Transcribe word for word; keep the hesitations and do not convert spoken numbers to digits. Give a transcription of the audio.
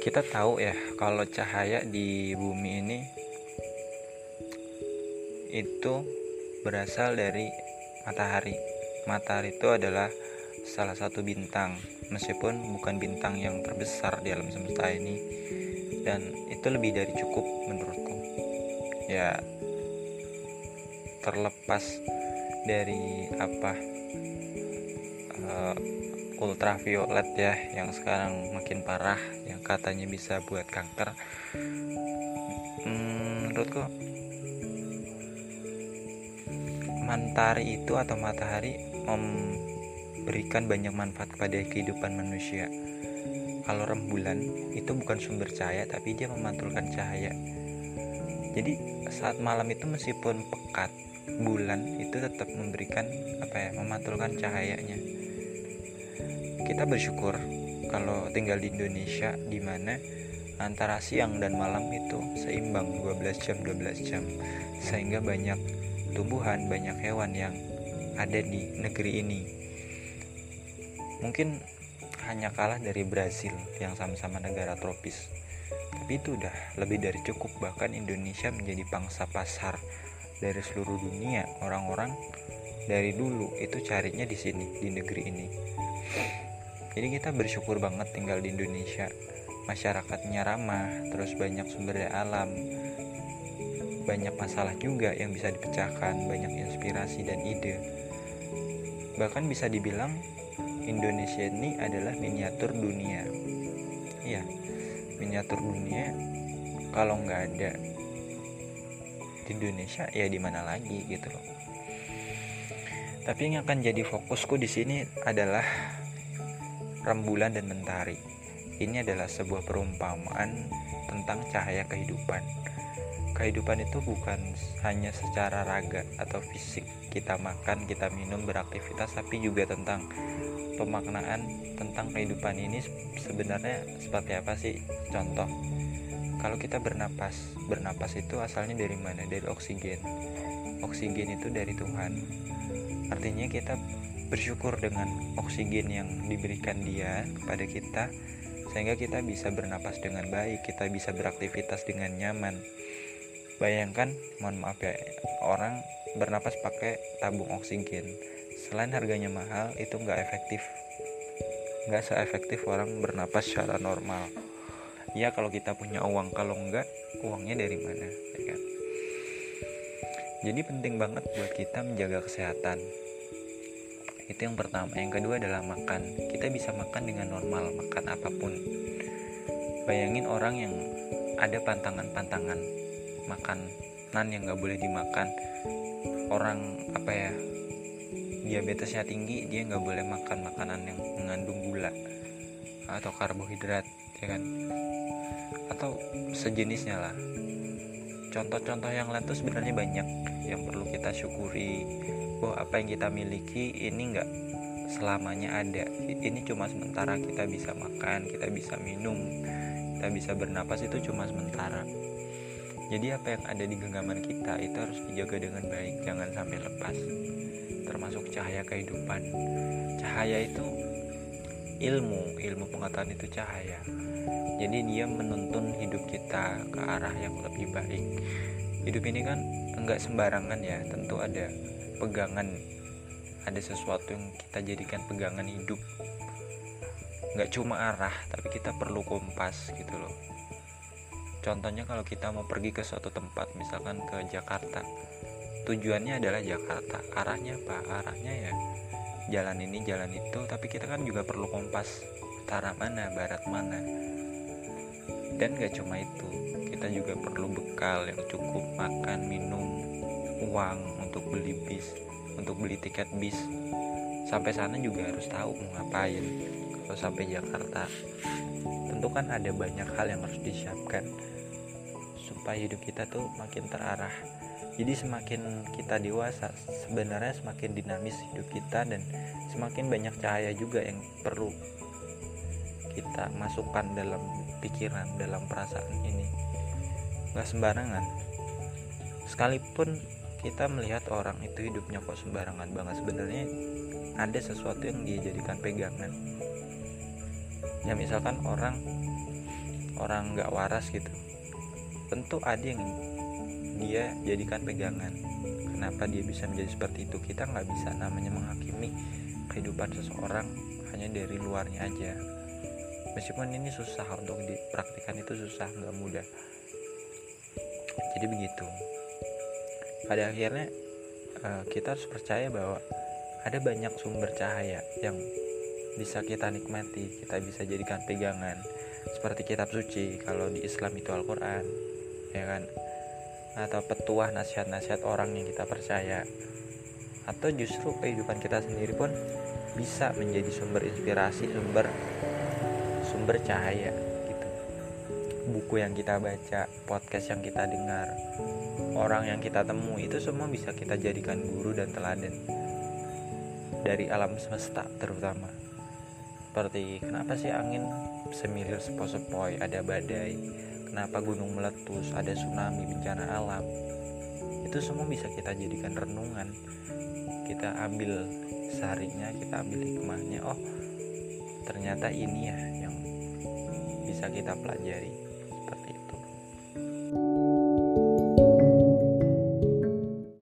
Kita tahu ya kalau cahaya di bumi ini itu berasal dari matahari. Matahari itu adalah salah satu bintang, meskipun bukan bintang yang terbesar di alam semesta ini, dan itu lebih dari cukup menurutku. Ya, terlepas dari apa uh, ultraviolet ya yang sekarang makin parah, yang katanya bisa buat kanker. Hmm, menurutku matahari itu atau matahari memberikan banyak manfaat kepada kehidupan manusia. Kalau rembulan itu bukan sumber cahaya, tapi dia memantulkan cahaya. Jadi saat malam itu meskipun pekat, bulan itu tetap memberikan apa ya, memantulkan cahayanya. Kita bersyukur kalau tinggal di Indonesia, di mana antara siang dan malam itu seimbang dua belas jam dua belas jam, sehingga banyak tumbuhan, banyak hewan yang ada di negeri ini. Mungkin hanya kalah dari Brazil yang sama-sama negara tropis, tapi itu udah lebih dari cukup. Bahkan Indonesia menjadi pangsa pasar dari seluruh dunia. Orang-orang dari dulu itu carinya di sini, di negeri ini. Jadi kita bersyukur banget tinggal di Indonesia. Masyarakatnya ramah, terus banyak sumber daya alam, banyak masalah juga yang bisa dipecahkan, banyak inspirasi dan ide. Bahkan bisa dibilang Indonesia ini adalah miniatur dunia. Iya, miniatur dunia. Kalau nggak ada di Indonesia, ya di mana lagi gitu loh. Tapi yang akan jadi fokusku di sini adalah rembulan dan mentari. Ini adalah sebuah perumpamaan tentang cahaya kehidupan. Kehidupan itu bukan hanya secara raga atau fisik, kita makan, kita minum, beraktivitas, tapi juga tentang pemaknaan tentang kehidupan ini sebenarnya seperti apa sih. Contoh, kalau kita bernapas, bernapas itu asalnya dari mana? Dari oksigen. Oksigen itu dari Tuhan. Artinya kita bersyukur dengan oksigen yang diberikan Dia kepada kita, sehingga kita bisa bernapas dengan baik, kita bisa beraktivitas dengan nyaman. Bayangkan, mohon maaf ya, orang bernapas pakai tabung oksigen. Selain harganya mahal, itu nggak efektif, nggak seefektif orang bernapas secara normal. Ya kalau kita punya uang, kalau enggak, uangnya dari mana, ya kan? Jadi penting banget buat kita menjaga kesehatan. Itu yang pertama. Yang kedua adalah makan. Kita bisa makan dengan normal, makan apapun. Bayangin orang yang ada pantangan-pantangan makanan yang nggak boleh dimakan. Orang apa ya, diabetesnya tinggi, dia nggak boleh makan makanan yang mengandung gula atau karbohidrat, ya kan? Atau sejenisnya lah. Contoh-contoh yang lain tuh sebenarnya banyak yang perlu kita syukuri. Bahwa apa yang kita miliki ini nggak selamanya ada. Ini cuma sementara. Kita bisa makan, kita bisa minum, kita bisa bernapas, itu cuma sementara. Jadi apa yang ada di genggaman kita itu harus dijaga dengan baik, jangan sampai lepas. Termasuk cahaya kehidupan. Cahaya itu ilmu, ilmu pengetahuan itu cahaya. Jadi dia menuntun hidup kita ke arah yang lebih baik. Hidup ini kan enggak sembarangan ya, tentu ada pegangan, ada sesuatu yang kita jadikan pegangan hidup. Enggak cuma arah, tapi kita perlu kompas gitu loh. Contohnya kalau kita mau pergi ke suatu tempat, misalkan ke Jakarta, tujuannya adalah Jakarta, arahnya apa? Arahnya ya jalan ini, jalan itu, tapi kita kan juga perlu kompas, utara mana, barat mana. Dan gak cuma itu, kita juga perlu bekal yang cukup, makan, minum, uang untuk beli bis, untuk beli tiket bis. Sampai sana juga harus tahu mau ngapain. Kalau sampai Jakarta, tentu kan ada banyak hal yang harus disiapkan supaya hidup kita tuh makin terarah. Jadi semakin kita dewasa, sebenarnya semakin dinamis hidup kita, dan semakin banyak cahaya juga yang perlu kita masukkan dalam pikiran, dalam perasaan ini. Gak sembarangan. Sekalipun kita melihat orang itu hidupnya kok sembarangan banget, sebenarnya ada sesuatu yang dia jadikan pegangan. Ya misalkan orang orang nggak waras gitu, tentu ada yang dia jadikan pegangan. Kenapa dia bisa menjadi seperti itu? Kita nggak bisa namanya menghakimi kehidupan seseorang hanya dari luarnya aja. Meskipun ini susah untuk dipraktikkan, itu susah, nggak mudah. Jadi begitu. Pada akhirnya kita harus percaya bahwa ada banyak sumber cahaya yang bisa kita nikmati, kita bisa jadikan pegangan. Seperti kitab suci, kalau di Islam itu Al-Quran, ya kan? Atau petuah nasihat-nasihat orang yang kita percaya, atau justru kehidupan kita sendiri pun bisa menjadi sumber inspirasi, sumber sumber cahaya gitu. Buku yang kita baca, podcast yang kita dengar, orang yang kita temui, itu semua bisa kita jadikan guru dan teladan dari alam semesta terutama. Seperti kenapa sih angin semilir sepoi-sepoi, ada badai, kenapa gunung meletus, ada tsunami, bencana alam. Itu semua bisa kita jadikan renungan. Kita ambil sarinya, kita ambil hikmahnya. Oh, ternyata ini ya yang bisa kita pelajari.